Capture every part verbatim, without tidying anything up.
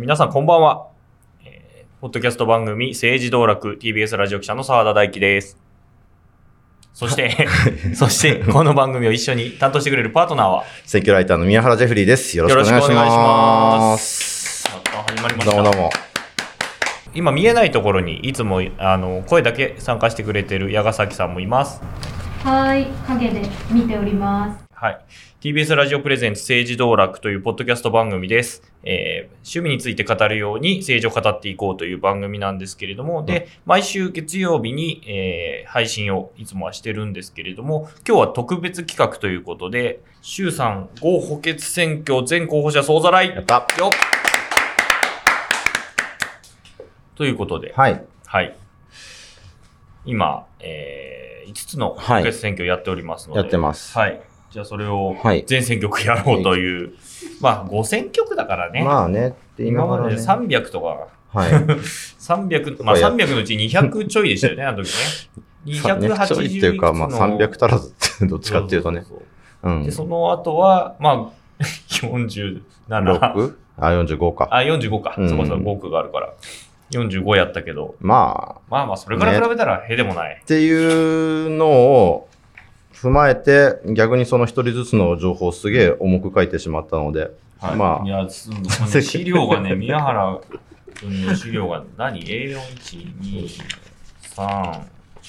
皆さんこんばんは、えー、ポッドキャスト番組政治道楽 ティービーエス ラジオ記者の澤田大樹です。そしてそしてこの番組を一緒に担当してくれるパートナーは選挙ライターの宮原ジェフリーです。よろしくお願いします。 また始まりました。 どうもどうも。 今見えないところにいつもあの声だけ参加してくれている矢ヶ崎さんもいます。 はい、影で見ております。 はい、ティービーエス ラジオプレゼンツ政治道楽というポッドキャスト番組です。えー、趣味について語るように政治を語っていこうという番組なんですけれども、で、毎週月曜日に、えー、配信をいつもはしてるんですけれども、今日は特別企画ということで、衆参合補欠選挙全候補者総ざらいやったよということで、 はい。 はい。今、えー、いつつの補欠選挙をやっておりますので、 はい、やってます。 はい。じゃあそれを全選挙区やろうという、はい、まあご選挙区だからね。 まあねって言いながらね。 今までさんびゃくとか、 はい、 さんびゃく、まあさんびゃくのうちにひゃくちょいでしたよね、あの時ね。にひゃくはちじゅうっていうか、まあさんびゃく足らずってどっちかっていうとね。 そうそうそう、うん、でその後は、まあよんじゅうなな。 ろく? あ、よんじゅうごか。 あ、よんじゅうごか。うん、そこそこご区があるから。よんじゅうごやったけど。 まあ。 まあまあ、それから比べたらへでもない、 ね。っていうのを、踏まえて逆にその一人ずつの情報をすげえ重く書いてしまったので、 はい、 まあいやその資料がね宮原君の資料が何 エーよんいちにさんよん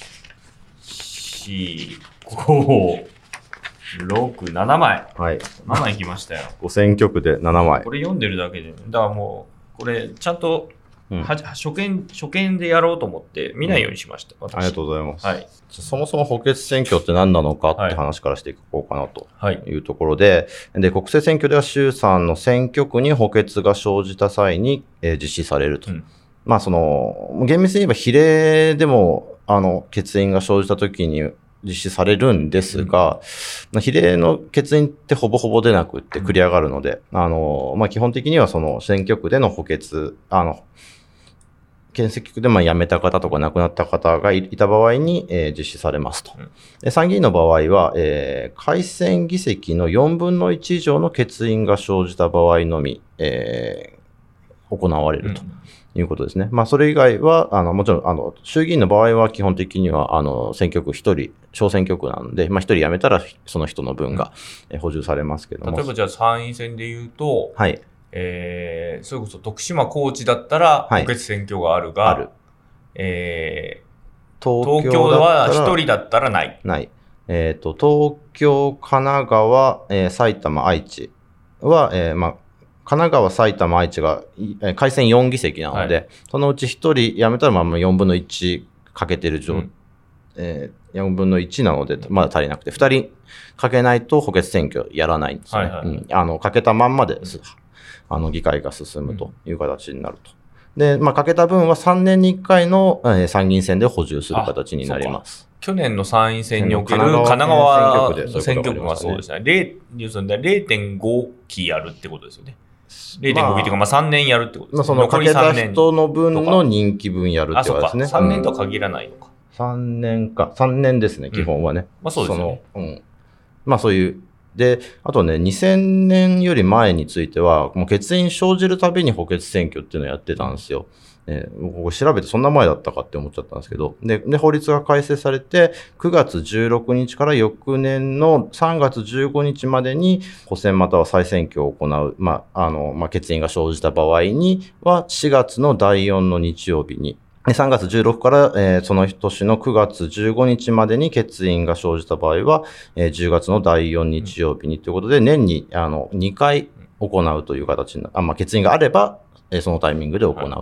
ごろくななまい、 はい、 ななまいいきましたよ。 ご選挙区でななまい。 これ読んでるだけで、だからもうこれちゃんとうん、 は初見初見でやろうと思って見ないようにしました、 うん、ありがとうございます、 はい、 そもそも補欠選挙って何なのかって話からしていこうかなというところで、はい、で国政選挙では衆参の選挙区に補欠が生じた際に、えー、実施されると、うん、まあその厳密に言えば比例でもあの欠員が生じた時に実施されるんですが、うん、比例の欠員ってほぼほぼ出なくって繰り上がるので、うん、あのまあ、基本的にはその選挙区での補欠あの県選挙区でまあ辞めた方とか亡くなった方がいた場合に、えー、実施されますと。で参議院の場合は、えー、改選議席のよんぶんのいち以上の欠員が生じた場合のみ、えー、行われるということですね。うん、まあ、それ以外は、あの、もちろん、あの、衆議院の場合は基本的には、あの、選挙区ひとり、小選挙区なので、まあ、ひとり辞めたらその人の分が補充されますけども。 例えばじゃあ参院選で言うと、 はい。 えー、それこそ徳島高知だったら補欠選挙があるが、はい、ある。えー、東京はひとりだったらない。 ない。えっ、ー、と、東京、神奈川、えー、埼玉、愛知は、えー、まあ、神奈川、埼玉、愛知が、えー、改選よんぎせきなので、はい、そのうちひとり辞めたら、まあ、よんぶんのいちかけてる状態、うん、えー、よんぶんのいちなので、まだ足りなくて、ふたりかけないと補欠選挙やらないんですね。はいはいはい、うん、あの、かけたまんまで、あの議会が進むという形になると。で、まあ、かけた分はさんねんにいっかいの、えー、参議院選で補充する形になります。 去年の参院選における神奈川選挙区はそうですね。れいてんごきやるってことですよね。れいてんごきというか、まあさんねんやるってことですね。 まあ、そのかけた人の分の任期分やるってことですね。 あ、そうか。さんねんとは限らないのか。 うん、さんねんか。さんねんですね、基本はね。うん、 まあそうですね。 その、うん。まあそういう。で、あとね、にせんねんより前については、もう欠員生じるたびに補欠選挙っていうのをやってたんですよ。ね、僕調べてそんな前だったかって思っちゃったんですけど、で、で法律が改正されて、くがつじゅうろくにちから翌年のさんがつじゅうごにちまでに補選または再選挙を行う、まあ、あの、まあ、欠員が生じた場合には、しがつのだいよんの日曜日に、さんがつじゅうろくから、えー、その年のくがつじゅうごにちまでに欠員が生じた場合は、えー、じゅうがつのだいよん日曜日にということで、年にあのにかい行うという形になる。あ、まあ、欠員があれば、えー、そのタイミングで行うと。はい、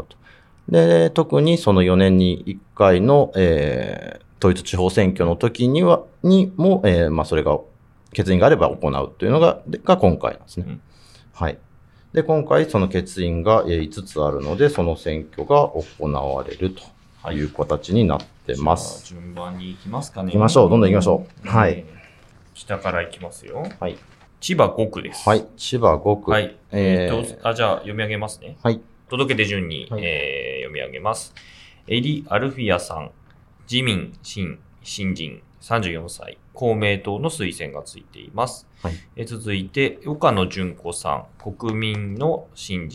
で、特にそのよねんにいっかいの、えー、統一地方選挙の時には、にも、えー、まあ、それが、欠員があれば行うというのが、が今回なんですね。うん、はい。で、今回その欠員がいつつあるので、その選挙が行われるという形になってます。 じゃあ順番に行きますかね。 行きましょう。どんどん行きましょう。はい。 下から行きますよ。 はい。 千葉ごくです。 はい。千葉ごく。 はい。えーと、あ、じゃあ読み上げますね。 はい。 届け出順に、はい、えー、読み上げます。エリ・アルフィアさん、自民、新、新人、さんじゅうよんさい、公明党の推薦がついています。 はい、 え続いて、岡野純子さん、国民の新人、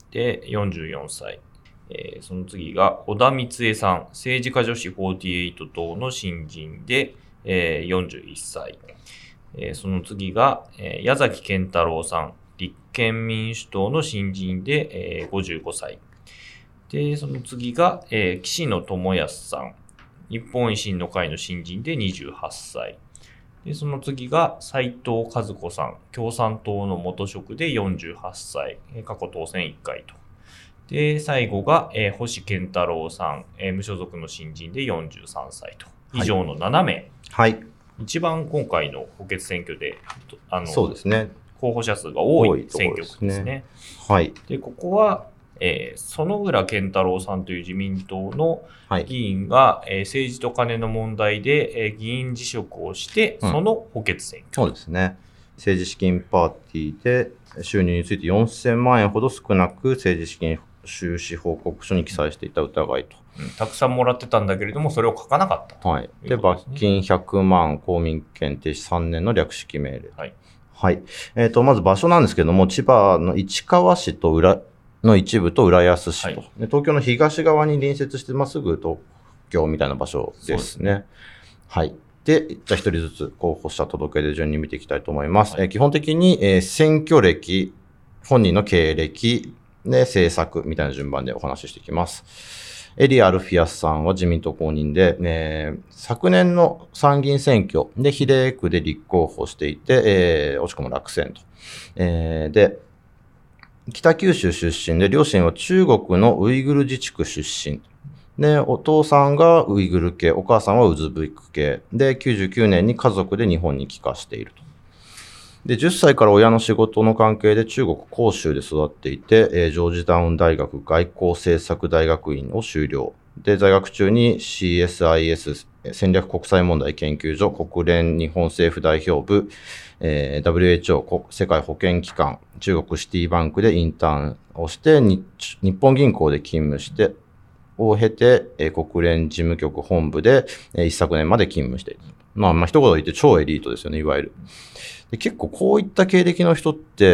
で、よんじゅうよんさい。えー、その次が、小田光恵さん、政治家女子よんじゅうはち党の新人で、えー、よんじゅういっさい。えー、その次が、えー、矢崎健太郎さん、立憲民主党の新人で、えー、ごじゅうごさい。で、その次が、えー、岸野智康さん、日本維新の会の新人でにじゅうはっさい。で、その次が斉藤和子さん、共産党の元職でよんじゅうはっさい、えー、過去当選いっかいと。で、最後が、えー、星健太郎さん、えー、無所属の新人でよんじゅうさんさいと。以上のななめい。 はい。 一番今回の補欠選挙で、あの、 そうですね。 候補者数が多い選挙区ですね。 はい。 で、ここは、えー、園浦健太郎さんという自民党の議員が、はい、えー、政治とカネの問題で、えー、議員辞職をして、うん、その補欠選挙。 そうですね。政治資金パーティーで収入についてよんせんまんえんほど少なく政治資金収支報告書に記載していた疑いと、 うん。たくさんもらってたんだけれども、それを書かなかったと、 はい。で、罰金ひゃくまん、公民権停止さんねんの略式命令。 はい。 はい。えっと、まず場所なんですけども、千葉の市川市と浦の一部と浦安市と、はい、で東京の東側に隣接して、まあ、すぐ東京みたいな場所ですね。ですね。はい。で、じゃあ一人ずつ候補者届け出順に見ていきたいと思います。はい、えー、基本的に、えー、選挙歴、本人の経歴、で、政策みたいな順番でお話ししていきます。エリア・アルフィアスさんは自民党公認で、えー、昨年の参議院選挙で比例区で立候補していて、えー、惜しくも落選と。えー、で、北九州出身で、両親は中国のウイグル自治区出身。で、お父さんがウイグル系、お母さんはウズベク系。で、きゅうじゅうきゅうねんに家族で日本に帰化していると。で、じゅっさいから親の仕事の関係で中国広州で育っていて、えー、ジョージタウン大学外交政策大学院を修了。で、在学中に シーエスアイエス 戦略国際問題研究所、国連日本政府代表部、えー、ダブリューエイチオー 世界保健機関、中国シティバンクでインターンをして、日, 日本銀行で勤務して、を経て、えー、国連事務局本部で、えー、一昨年まで勤務している。まあ、まあ、一言で言って超エリートですよね、いわゆる。で結構こういった経歴の人って、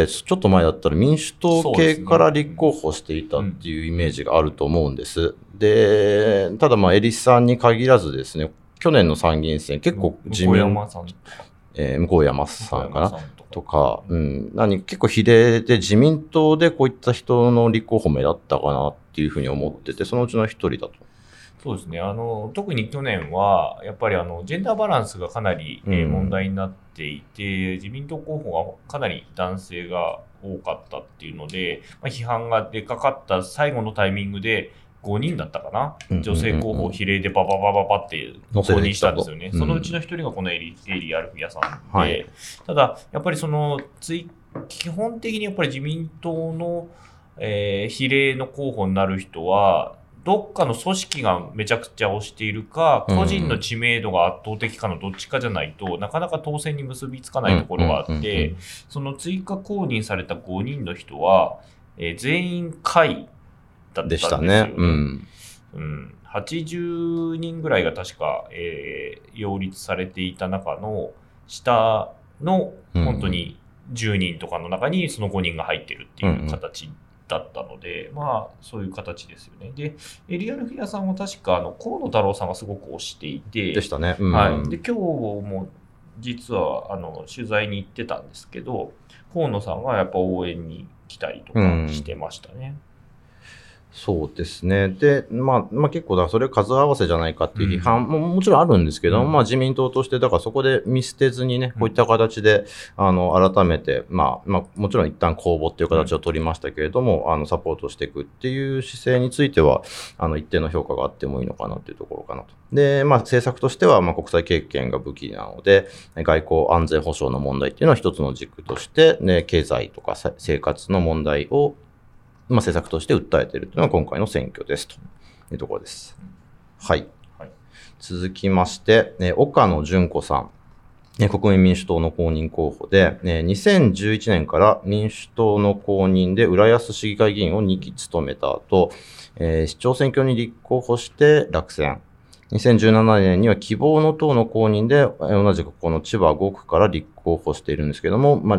ちょっと前だったら民主党系から立候補していたっていうイメージがあると思うんです。で、ただまあ、エリさんに限らずですね、去年の参議院選、結構自民、向山さん、えー、向山さんかなとか、うん、何、結構比例で自民党でこういった人の立候補目立ったかなっていうふうに思ってて、そのうちの一人だと。 そうですね。あの、特に去年は、やっぱりあの、ジェンダーバランスがかなり、えー、問題になっていて、うん、自民党候補がかなり男性が多かったっていうので、まあ、批判が出かかった最後のタイミングで、ごにんだったかな、うんうんうんうん、女性候補を比例でバババババって公認したんですよね。そのうちの一人がこのエリ、エリアルフィアさんで、はい、ただ、やっぱりその、つ基本的にやっぱり自民党の、えー、比例の候補になる人は、どっかの組織がめちゃくちゃ推しているか、個人の知名度が圧倒的かのどっちかじゃないと、なかなか当選に結びつかないところがあって、その追加公認されたごにんの人は、えー、全員会だったんですよね。でしたね。うん。うん、はちじゅうにんぐらいが確か、えー、擁立されていた中の下の本当にじゅうにんとかの中にそのごにんが入ってるっていう形だったので、まあそういう形ですよね。で、エリアルフィアさんは確かあの河野太郎さんがすごく推していて、 でしたね。 うん、はい。で、今日も実はあの取材に行ってたんですけど、河野さんはやっぱ応援に来たりとかしてましたね。うんそうですね。で、まあ、まあ結構だ、それ数合わせじゃないかっていう批判ももちろんあるんですけど、うん、まあ自民党として、だからそこで見捨てずにね、こういった形で、あの、改めて、まあ、まあもちろん一旦公募っていう形を取りましたけれども、うん、あの、サポートしていくっていう姿勢については、あの、一定の評価があってもいいのかなっていうところかなと。で、まあ政策としては、まあ国際経験が武器なので、外交安全保障の問題っていうのは一つの軸として、ね、経済とか生活の問題をまあ、政策として訴えているというのが今回の選挙ですというところです。はい。はい、続きまして、ね、岡野純子さん、ね、国民民主党の公認候補で、ね、にせんじゅういちねんから民主党の公認で浦安市議会議員をにき務めた後、えー、市長選挙に立候補して落選。にせんじゅうななねんには希望の党の公認で同じくこの千葉ごくから立候補しているんですけども、まあ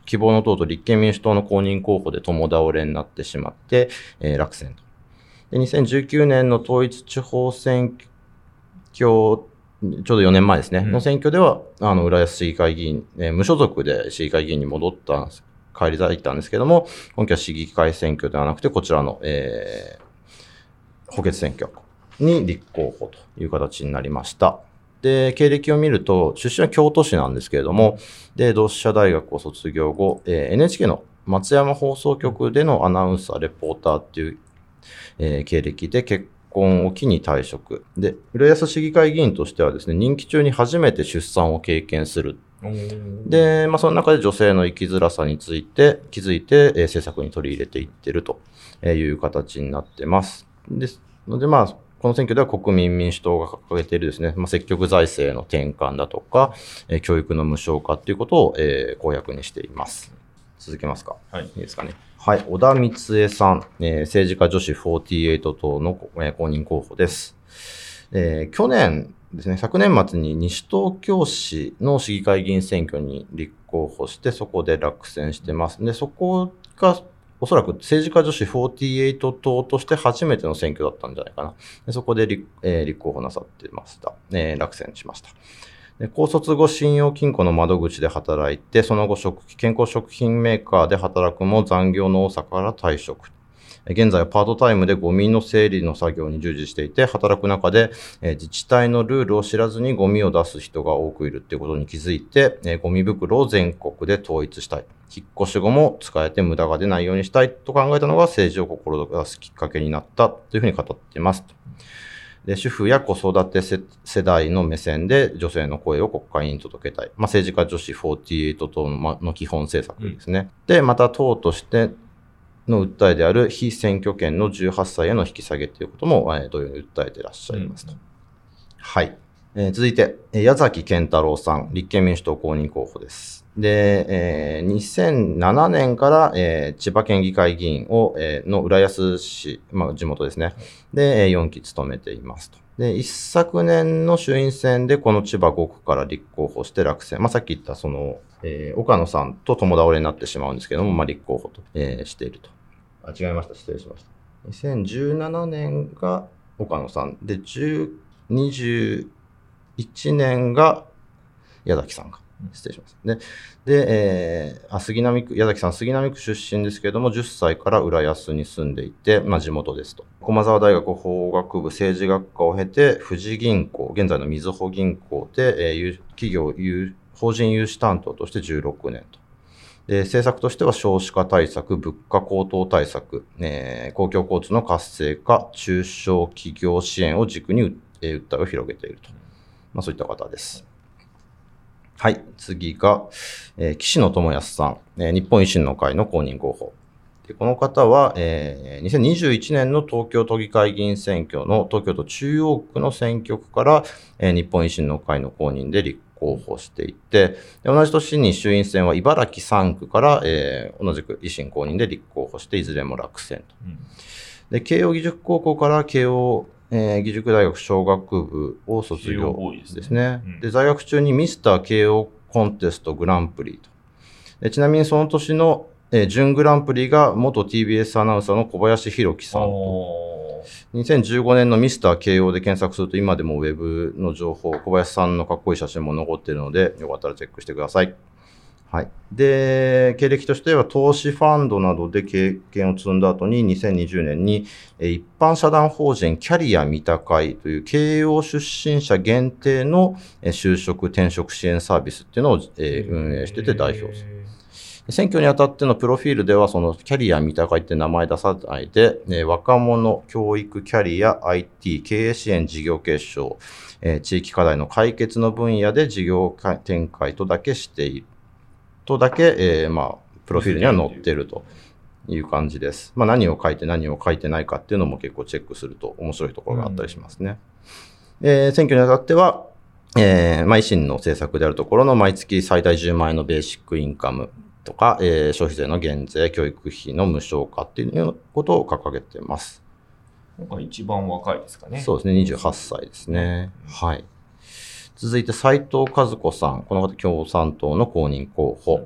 希望の党と立憲民主党の公認候補で共倒れになってしまって、えー、落選と。で、にせんじゅうきゅうねんの統一地方選挙、ちょうどよねんまえですね、うん、の選挙では、あの、浦安市議会議員、えー、無所属で市議会議員に戻ったんです。返り咲いたんですけども、今期は市議会選挙ではなくて、こちらの、えー、補欠選挙に立候補という形になりました。で、経歴を見ると、出身は京都市なんですけれども、で、同志社大学を卒業後、えー、エヌエイチケー の松山放送局でのアナウンサー、レポーターっていう、えー、経歴で結婚を機に退職。で、浦安市議会議員としてはですね、任期中に初めて出産を経験する。で、まあ、その中で女性の生きづらさについて気づいて、えー、政策に取り入れていっているという形になってます。ですので、まあ、この選挙では国民民主党が掲げているですね、まあ、積極財政の転換だとか、えー、教育の無償化ということを、えー、公約にしています。続けますか。 はい。いいいですかね。はい。小田光恵さん、えー、政治家女子よんじゅうはち党の、えー、公認候補です。えー、去年ですね、昨年末に西東京市の市議会議員選挙に立候補して、そこで落選してます。で、そこがおそらく政治家女子よんじゅうはち党として初めての選挙だったんじゃないかな。でそこで立、えー、立候補なさってました。えー、落選しました。で高卒後、信用金庫の窓口で働いて、その後食、健康食品メーカーで働くも残業の多さから退職。現在はパートタイムでゴミの整理の作業に従事していて、働く中で、えー、自治体のルールを知らずにゴミを出す人が多くいるっていうことに気づいて、えー、ゴミ袋を全国で統一したい。引っ越し後も使えて無駄が出ないようにしたいと考えたのが政治を志すきっかけになったというふうに語っています。で主婦や子育て世代の目線で女性の声を国会に届けたい。まあ、政治家女子よんじゅうはち党の、の基本政策ですね。うん、で、また党としての訴えである被選挙権のじゅうはっさいへの引き下げということも、えー、同様に訴えていらっしゃいますと。うん、はい、えー。続いて、矢崎健太郎さん、立憲民主党公認候補です。で、えー、にせんななねんから、えー、千葉県議会議員を、えー、の浦安市、まあ、地元ですね。で、よんき務めていますと。で、一昨年の衆院選でこの千葉ごくから立候補して落選。まあ、さっき言ったその、えー、岡野さんと共倒れになってしまうんですけども、まあ、立候補と、えー、していると。あ、違いました。失礼しました。にせんじゅうななねんが岡野さんで、にじゅういちねんが矢崎さんか。失礼します。で、で、えー、あ杉並区、矢崎さん、杉並区出身ですけれども、じゅっさいから浦安に住んでいて、まあ、地元ですと。駒澤大学法学部政治学科を経て、富士銀行、現在のみずほ銀行で、えー、企業法人融資担当としてじゅうろくねんと。で政策としては少子化対策、物価高騰対策、えー、公共交通の活性化、中小企業支援を軸に、えー、訴えを広げていると。まあ、そういった方です。はい。次が、えー、岸野智康さん、えー、日本維新の会の公認候補。でこの方は、えー、にせんにじゅういちねんの東京都議会議員選挙の東京都中央区の選挙区から、えー、日本維新の会の公認で立候補していて、で同じ年に衆院選は茨城さんくから、えー、同じく維新公認で立候補して、いずれも落選と。うん、で慶応義塾高校から慶応えー、義塾大学商学部を卒業ですね。うん、で在学中にミスター慶応コンテストグランプリと。でちなみにその年の、えー、準グランプリが元 ティービーエス アナウンサーの小林弘樹さんと。にせんじゅうごねんのミスター慶応で検索すると今でもウェブの情報、小林さんのかっこいい写真も残っているので、よかったらチェックしてください。はい。で、経歴としては投資ファンドなどで経験を積んだ後ににせんにじゅうねんに一般社団法人キャリア三田会という慶応出身者限定の就職転職支援サービスっていうのを運営してて代表する。選挙にあたってのプロフィールではそのキャリア三田会って名前出さないで、若者教育キャリア アイティー 経営支援事業継承、地域課題の解決の分野で事業展開とだけしている。とだけ、えー、まあ、プロフィールには載っているという感じです。まあ、何を書いて何を書いてないかっていうのも結構チェックすると面白いところがあったりしますね。うんえー、選挙にあたっては、えー、まあ、維新の政策であるところの毎月最大じゅうまんえんのベーシックインカムとか、えー、消費税の減税、教育費の無償化っていうことを掲げています。 なんか一番若いですかね。 そうですね、にじゅうはっさいですね。うん、はい。続いて斉藤和子さん。この方共産党の公認候補。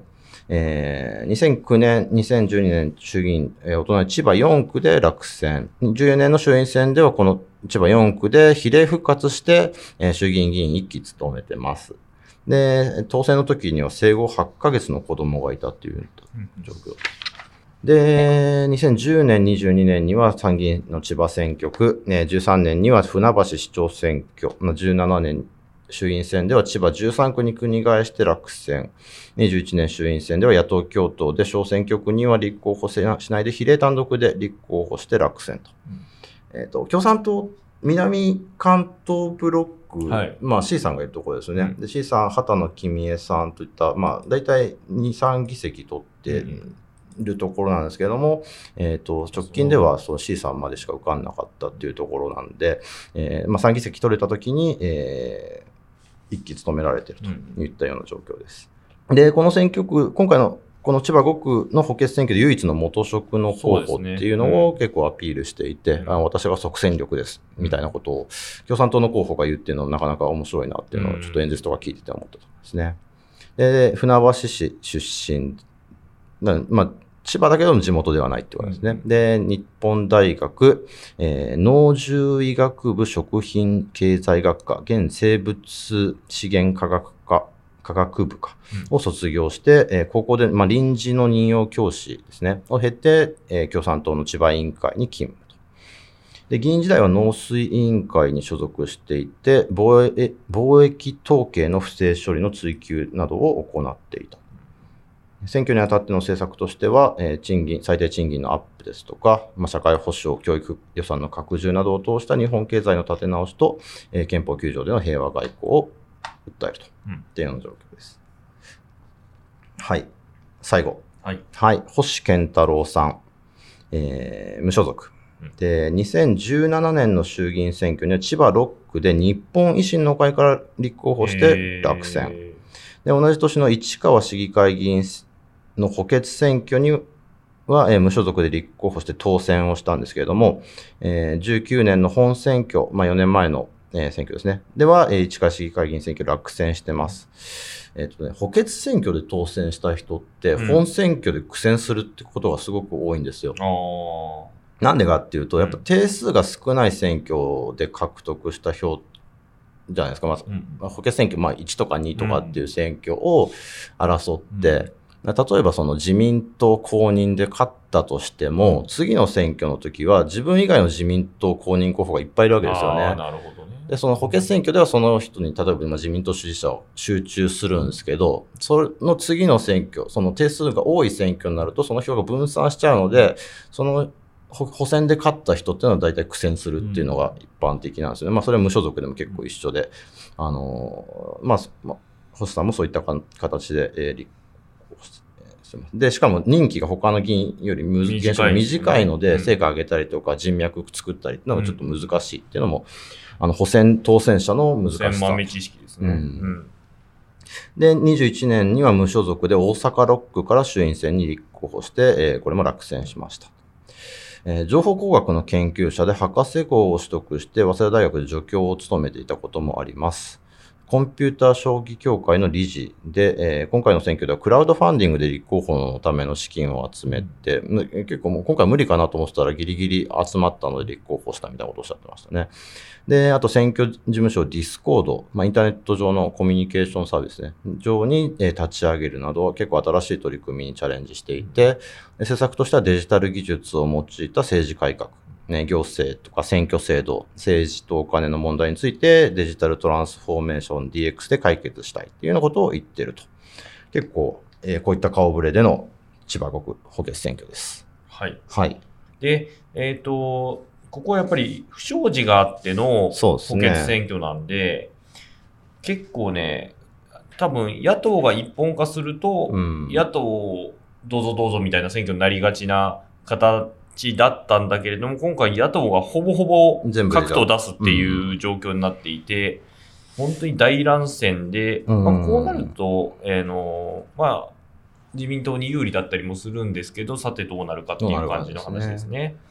えー、にせんきゅうねん、にせんじゅうにねん衆議院、えー、お隣千葉よんくで落選。じゅうよねんの衆院選ではこの千葉よんくで比例復活して、えー、衆議院議員いっき務めてます。で、当選の時には生後はちかげつの子供がいたっていう状況。で、にせんじゅうねん、にじゅうにねんには参議院の千葉選挙区、じゅうさんねんには船橋市長選挙、じゅうななねん衆院選では千葉じゅうさんくに国替えして落選、にじゅういちねん衆院選では野党共闘で小選挙区には立候補しないで比例単独で立候補して落選と。うん、えっと、共産党、南関東ブロック、はい、まあ C さんがいるところですよね。うん、で C さん、畑野公恵さんといった、まあ大体に、さんぎせき取って、うんるところなんですけれども、えっと、直近ではその C さんまでしか受かんなかったっていうところなんで、えー、まあさんぎせき取れたときに、えー、一期務められているといったような状況です。うん、で、この選挙区、今回のこの千葉ごくの補欠選挙で唯一の元職の候補っていうのを結構アピールしていて、ねうん、あ私が即戦力ですみたいなことを共産党の候補が言ってるのはなかなか面白いなっていうのをちょっと演説とか聞いてて思ったと思いますね。で、船橋市出身、まあ千葉だけども地元ではないってことですね。うん、で、日本大学、えー、農獣医学部食品経済学科、現生物資源科学科、科学部か、を卒業して、えー、高校で、まあ、臨時の任用教師ですね、を経て、えー、共産党の千葉委員会に勤務と。で、議員時代は農水委員会に所属していて、貿易、貿易統計の不正処理の追及などを行っていた。選挙にあたっての政策としては、えー、賃金、最低賃金のアップですとか、まあ、社会保障、教育予算の拡充などを通した日本経済の立て直しと、えー、憲法きゅうじょうでの平和外交を訴えると、うん、っていうような状況です。はい。最後。はい。はい。星健太郎さん。えー、無所属。で、にせんじゅうななねんの衆議院選挙には千葉ろっくで日本維新の会から立候補して落選。で、同じ年の市川市議会議員の補欠選挙には、えー、無所属で立候補して当選をしたんですけれども、えー、じゅうきゅうねんの本選挙、まあよねんまえの、えー、選挙ですね。では、えー、市川市議会議員選挙落選してます。えっとね、補欠選挙で当選した人って、本選挙で苦戦するってことがすごく多いんですよ。うん、なんでかっていうと、やっぱ定数が少ない選挙で獲得した票じゃないですか。まあ、うん、補欠選挙、まあいちとかにとかっていう選挙を争って、うん例えばその自民党公認で勝ったとしても、うん、次の選挙の時は自分以外の自民党公認候補がいっぱいいるわけですよね。 なるほどね。 で、その補欠選挙ではその人に、例えば今自民党支持者を集中するんですけど、その次の選挙、その定数が多い選挙になるとその票が分散しちゃうので、その補選で勝った人っていうのは大体苦戦するっていうのが一般的なんですよね。まあそれは無所属でも結構一緒で、あの、まあ、まあ、星さんもそういった形で、えー、立で、しかも任期が他の議員より短い、短いので、成果上げたりとか人脈作ったりっていうのがちょっと難しいっていうのも、あの、補選、当選者の難しさ。 千豆知識ですね。うんうん、 で、にじゅういちねんには無所属で大阪ろっくから衆院選に立候補して、えー、これも落選しました。えー、情報工学の研究者で博士号を取得して、早稲田大学で助教を務めていたこともあります。コンピューター将棋協会の理事で、えー、今回の選挙ではクラウドファンディングで立候補のための資金を集めて、結構もう今回無理かなと思ってたらギリギリ集まったので立候補したみたいなことをおっしゃってましたね。で、あと選挙事務所ディスコード、まあ、インターネット上のコミュニケーションサービスね、上に、えー、立ち上げるなど結構新しい取り組みにチャレンジしていて、施策としてはデジタル技術を用いた政治改革。ね、行政とか選挙制度、政治とお金の問題についてデジタルトランスフォーメーション ディーエックス で解決したいっていうようなことを言ってると。結構、えー、こういった顔ぶれでの千葉ごく補欠選挙です。 はい。 はい。 で、えっと、ここはやっぱり不祥事があっての補欠選挙なんで、でね、結構ね、多分野党が一本化すると、うん、野党どうぞどうぞみたいな選挙になりがちな形だったんだけれども、今回野党がほぼほぼ各党出すっていう状況になっていて、うん、本当に大乱戦で、うんまあ、こうなると、えーのまあ、自民党に有利だったりもするんですけど、さてどうなるかっていう感じの話ですね。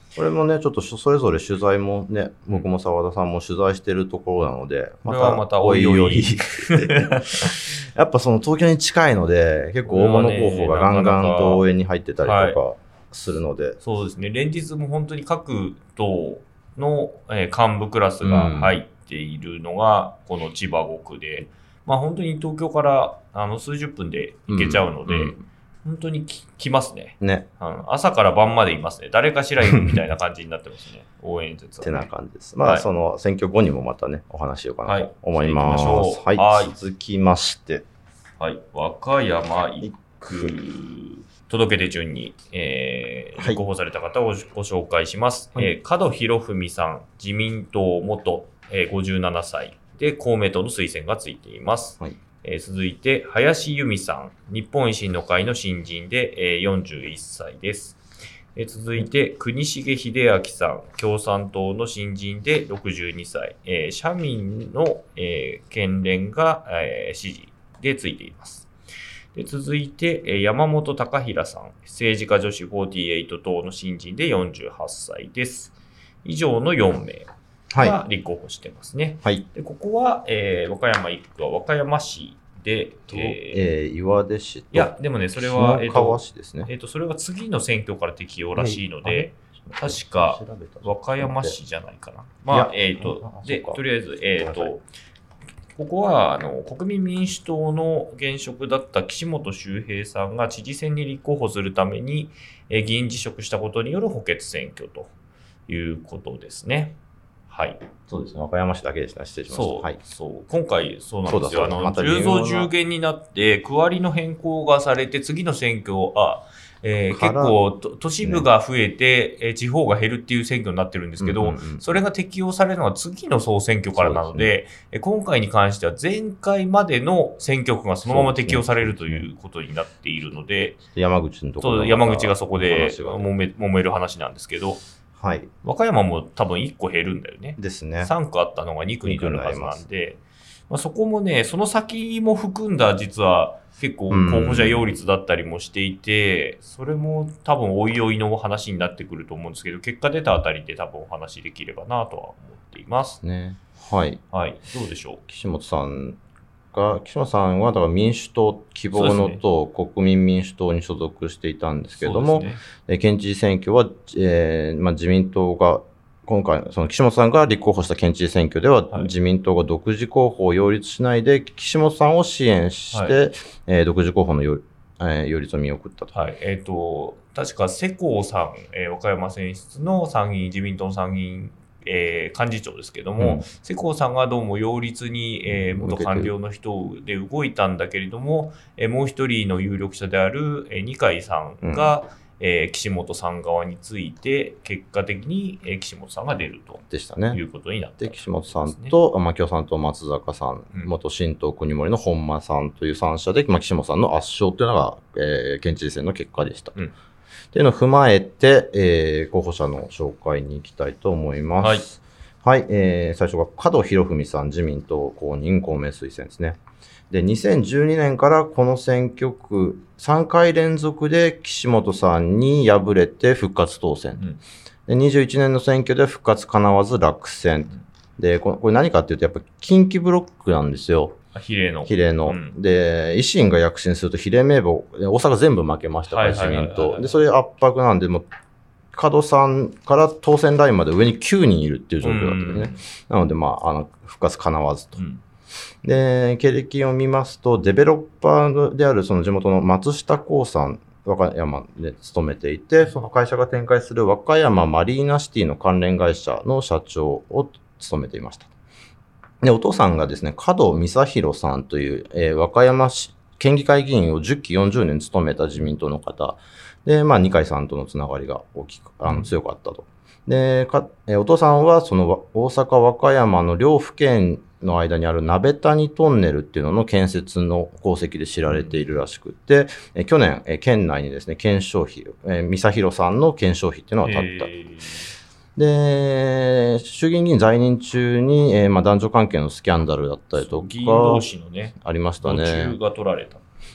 これもね、ちょっとそれぞれ取材もね、僕も澤田さんも取材してるところなので、 これはまたおいおい。 やっぱその東京に近いので、結構大物候補がガンガンと応援に入ってたりとかするので。 そうですね。連日も本当に各党の幹部クラスが入っているのが、この千葉ごくで、まあ本当に東京からあの数十分で行けちゃうので、うんうん、本当にき来ますね。 ね、 うん。朝から晩までいますね。誰かしらいるみたいな感じになってますね。応援演説は、 ね。ってな感じです。まあ、はい、その選挙後にもまたね、お話しようかなと思います。 はい。 はいはい、続きまして。 はい。和歌山一区、届け出順に、えー、立候補された方をご紹介します。はい、えー、門博文さん、自民党元、えー、ごじゅうななさいで公明党の推薦がついています。はい、えー、続いて、林由美さん、日本維新の会の新人で、えー、よんじゅういっさいです。えー、続いて、国重秀明さん、共産党の新人でろくじゅうにさい、えー、社民の、えー、県連が、えー、支持でついています。で続いて、えー、山本貴平さん、政治家女子よんじゅうはち党の新人でよんじゅうはっさいです。以上のよんめいが立候補してますね。はい、でここは、えー、和歌山いっくは和歌山市で、 えー、岩出市と、 いや、でもね、それは、 下川市ですね。 えっと、それは次の選挙から適用らしいので、はい、確か、和歌山市じゃないかな。まあ、えっと、で、とりあえず、えっと、ここは、あの、国民民主党の現職だった岸本周平さんが知事選に立候補するために、えー、議員辞職したことによる補欠選挙ということですね。はい。 そうですね。和歌山市だけでした。失礼しました。 そう。 はい、 そう。今回、そうなんですよ。あの、 ま、 じゅう増じゅう減になって、区割りの変更がされて、次の選挙、あ、えー、結構都市部が増えて、ね、地方が減るっていう選挙になってるんですけど、うんうんうん、それが適用されるのは次の総選挙からなので、で、ね、今回に関しては前回までの選挙区がそのまま適用されるということになっているので、 山口のところ、 山口がそこで揉め、揉める話なんですけど、 はい、 和歌山も多分いっこ減るんだよね。 ですね。 さんくあったのがにくになるはずなんで、まあ、そこもね、その先も含んだ実は結構候補者擁立だったりもしていて、それも多分おいおいの話になってくると思うんですけど、結果出たあたりで多分お話できればなとは思っています。 ね。はい。 はい。どうでしょう。 岸本さんが、岸本さんはだから民主党、希望の党、ね、国民民主党に所属していたんですけれども、ね、県知事選挙は、えーまあ、自民党が、今回、その岸本さんが立候補した県知事選挙では、はい、自民党が独自候補を擁立しないで、岸本さんを支援して、はい、えー、独自候補の擁、えー、擁立を見送ったと。 はい。えっ、ー、と、確か世耕さん、えー、和歌山選出の参議院、自民党の参議院、えー、幹事長ですけども、うん、世耕さんがどうも擁立に、えー、元官僚の人で動いたんだけれども、えー、もう一人の有力者である、えー、二階さんが、うんえー、岸本さん側について、結果的に、えー、岸本さんが出るとでしたね。 いうことになって、 ね、で、岸本さんと、まあ、共産党松坂さん、うん、元新党国盛の本間さんというさん者で、まあ、岸本さんの圧勝というのが、えー、県知事選の結果でした。うん、っていうのを踏まえて、えー、候補者の紹介に行きたいと思います。はい。はい、えー、最初が門博文さん、自民党公認公明推薦ですね。で、にせんじゅうにねんからこの選挙区さんかい連続で岸本さんに敗れて復活当選。うん、で、にじゅういちねんの選挙で復活叶わず落選。うん、で、これ何かっていうと、やっぱ近畿ブロックなんですよ。 比例の。 比例の。うん、で、維新が躍進すると比例名簿、大阪全部負けましたから、自民党。で、それ圧迫なんで、もう、門さんから当選ラインまで上にきゅうにんいるっていう状況だったんですね。なので、まあ、あの、復活叶わずと。うんで、経歴を見ますと、デベロッパーであるその地元の松下興産、和歌山で勤めていて、その会社が展開する和歌山マリーナシティの関連会社の社長を務めていました。で、お父さんがですね、門正弘さんという、えー、和歌山市県議会議員をじゅっきよんじゅうねん務めた自民党の方で、まあ、二階さんとのつながりが大きく、あの、強かったと。で、かえー、お父さんはその大阪和歌山の両府県の間にある鍋谷トンネルっていうのの建設の功績で知られているらしくて、え去年、え県内にですね、検証費、え正弘さんの検証費っていうのが立った。で、衆議院議員在任中に、えーまあ、男女関係のスキャンダルだったりとか、 議員同士のね、 ありましたね。 途中が取られた。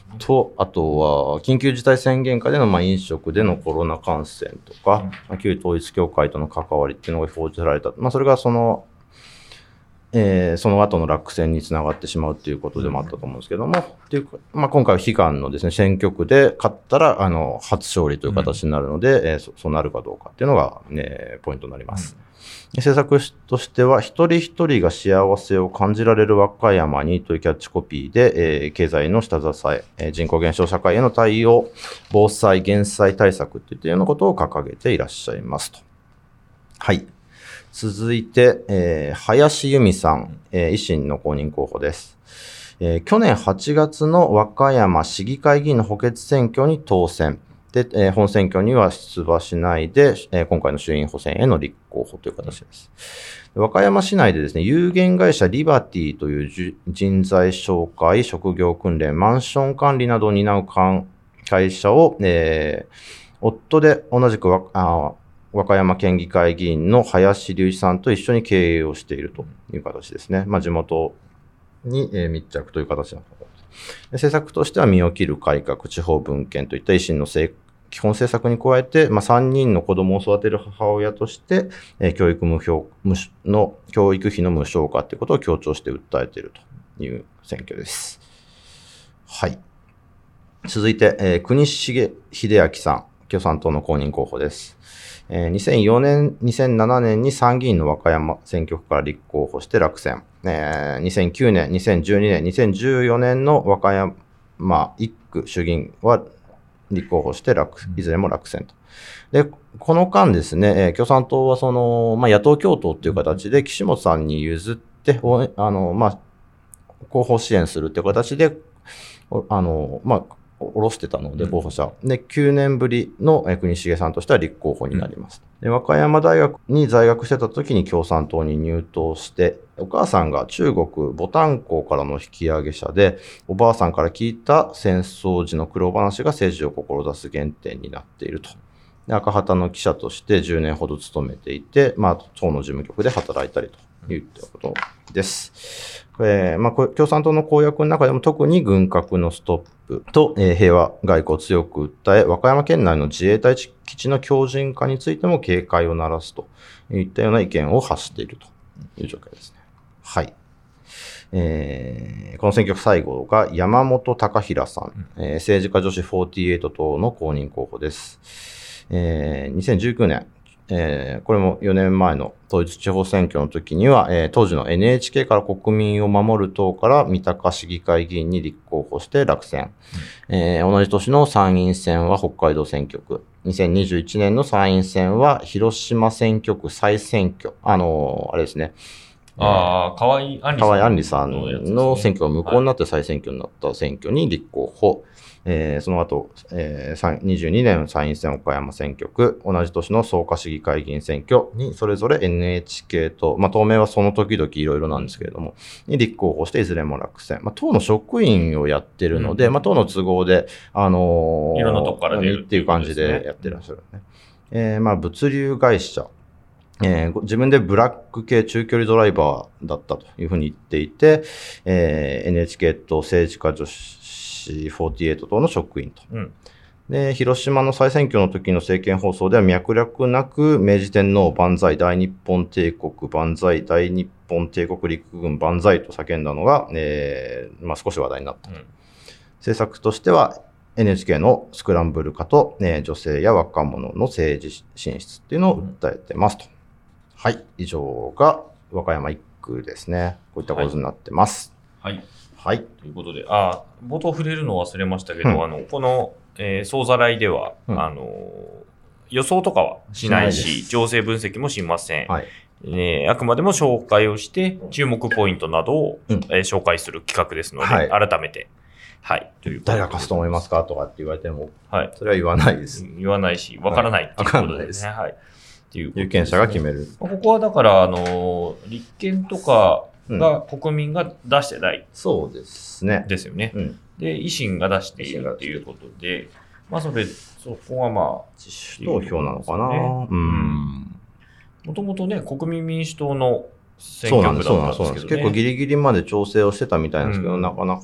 と、あとは、緊急事態宣言下でのまあ飲食でのコロナ感染とか、 うんまあ、旧統一教会との関わりっていうのが報じられた。まあ、それがその、えーその後の落選につながってしまうということでもあったと思うんですけども、っていうまあ、今回は悲願のですね、選挙区で勝ったら、あの、初勝利という形になるので、うんえーそ、そうなるかどうかっていうのが、ね、ポイントになります。うん政策としては、一人一人が幸せを感じられる和歌山にというキャッチコピーで、えー、経済の下支え、えー、人口減少社会への対応、防災・減災対策といったようなことを掲げていらっしゃいますと。はい。続いて、えー、林由美さん、えー、維新の公認候補です。えー、去年はちがつの和歌山市議会議員の補欠選挙に当選。で、えー、本選挙には出馬しないで、えー、今回の衆院補選への立候補という形です。和歌山市内でですね、有限会社リバティという人材紹介、職業訓練、マンション管理などを担う会社を、えー、夫で同じく和あ和歌山県議会議員の林隆一さんと一緒に経営をしているという形ですね。まあ、地元に、えー、密着という形の政策としては身を切る改革、地方分権といった維新の政基本政策に加えて、まあ、さんにんの子供を育てる母親として、えー、教育無償無の教育費の無償化ということを強調して訴えているという選挙です。はい。続いて、えー、国重秀明さん、共産党の公認候補です。えー、にせんよねん、にせんななねんに参議院の和歌山選挙区から立候補して落選。えー、にせんきゅうねん、にせんじゅうにねん、にせんじゅうよねんの和歌山いっ区衆議院は立候補して落、いずれも落選と。で、この間ですね、えー、共産党はその、まあ、野党共闘という形で岸本さんに譲って、あの、まあ、候補支援するという形で、あの、まあ、下ろしてたので、候補者。で、きゅうねんぶりの国重さんとしては立候補になります。で、和歌山大学に在学してた時に共産党に入党して、お母さんが中国牡丹港からの引き上げ者で、おばあさんから聞いた戦争時の苦労話が政治を志す原点になっていると。で、赤旗の記者としてじゅうねんほど勤めていて、まあ、党の事務局で働いたりということです。えー、まあ、共産党の公約の中でも特に軍拡のストップと、えー、平和外交を強く訴え、和歌山県内の自衛隊基地の強靭化についても警戒を鳴らすといったような意見を発しているという状況ですね。はい。えー、この選挙区最後が山本隆平さん、えー、政治家女子よんじゅうはち党の公認候補です。えー、にせんじゅうきゅうねん、えー、これもよねんまえの統一地方選挙の時には、えー、当時の エヌエイチケー から国民を守る党から三鷹市議会議員に立候補して落選。うんえー、同じ年の参院選は北海道選挙区。にせんにじゅういちねんの参院選は広島選挙区再選挙。あのー、あれですね。 ああ、河合杏里さん。 河合杏里さんの選挙が無効になって再選挙になった選挙に立候補。はいえー、その後、えー、にじゅうにねん参院選岡山選挙区、同じ年の草加市議会議員選挙にそれぞれ エヌエイチケー と、まあ、当面はその時々いろいろなんですけれども、に立候補していずれも落選。まあ、党の職員をやってるので、うん、まあ、党の都合で、あのー、 いろんなとこから出るっていう感じでやってらっしゃるね。えー、まあ、物流会社。えー、自分でブラック系中距離ドライバーだったというふうに言っていて、えー、エヌエイチケー と政治家女子よんじゅうはち党の職員と、うん。で、広島の再選挙の時の政見放送では脈絡なく明治天皇万歳、大日本帝国万歳、大日本帝国陸軍万歳と叫んだのが、えーまあ、少し話題になった、うん。政策としては エヌエイチケー のスクランブル化と、ね、女性や若者の政治進出っていうのを訴えてますと。うん、はい。以上が和歌山いっ区ですね。こういったことになってます。 はい。はいはい。 ということで、あ、冒頭触れるの忘れましたけど、うん、あの、この、えー、総ざらいでは、うん、あの、予想とかはしないし、し情勢分析もしません。はい。えー、あくまでも紹介をして、注目ポイントなどを、うんえー、紹介する企画ですので、はい、改めて、はい。という誰が勝つと思いますかとかって言われても、はい。それは言わないです。 言わないし、わからないっていうことですね。はい。はい有権者が決める。 ここはだから、あの、立憲とかが国民が出してない、うん。 そうですね。 ですよね。うん、で、維新が出しているっていうことで、まあ、それ、そこはまあ、 自主投票なのかな。ね、うん。 もともとね、国民民主党の選挙区だったんですけどね。 そうなんです、そうなんです。結構ギリギリまで調整をしてたみたいなんですけど、うん、なかなか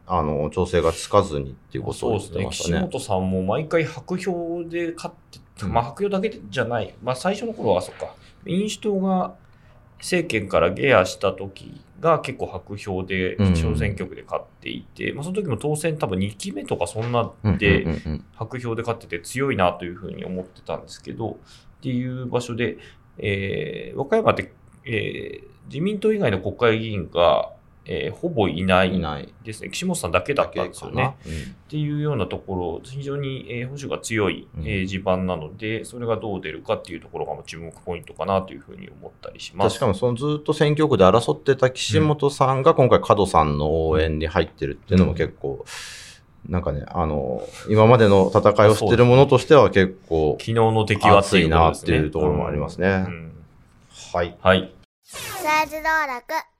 あの、調整がつかずにっていうことを言ってましたね。 そうですね。岸本さんも毎回白票で勝って、まあ白票だけじゃない。まあ最初の頃はそっか。民主党が政権から下野した時が結構白票で小選挙区で勝っていて、うんまあ、その時も当選多分にきめとかそんなで白票で勝ってて強いなというふうに思ってたんですけど、っていう場所で、えー、和歌山って、えー、自民党以外の国会議員が、えー、ほぼいないですね。岸本さんだけだったんですよね。うん、っていうようなところ、非常に、えー、保守が強い、えー、地盤なので、それがどう出るかっていうところが注目ポイントかなというふうに思ったりします。 しかもそのずっと選挙区で争ってた岸本さんが今回門さんの応援に入ってるっていうのも結構、うん、なんかね、あの、今までの戦いを知ってるものとしては結構、 昨日の敵は熱いなっていうところもありますね。うんうん、はい。 はい。 スライド登録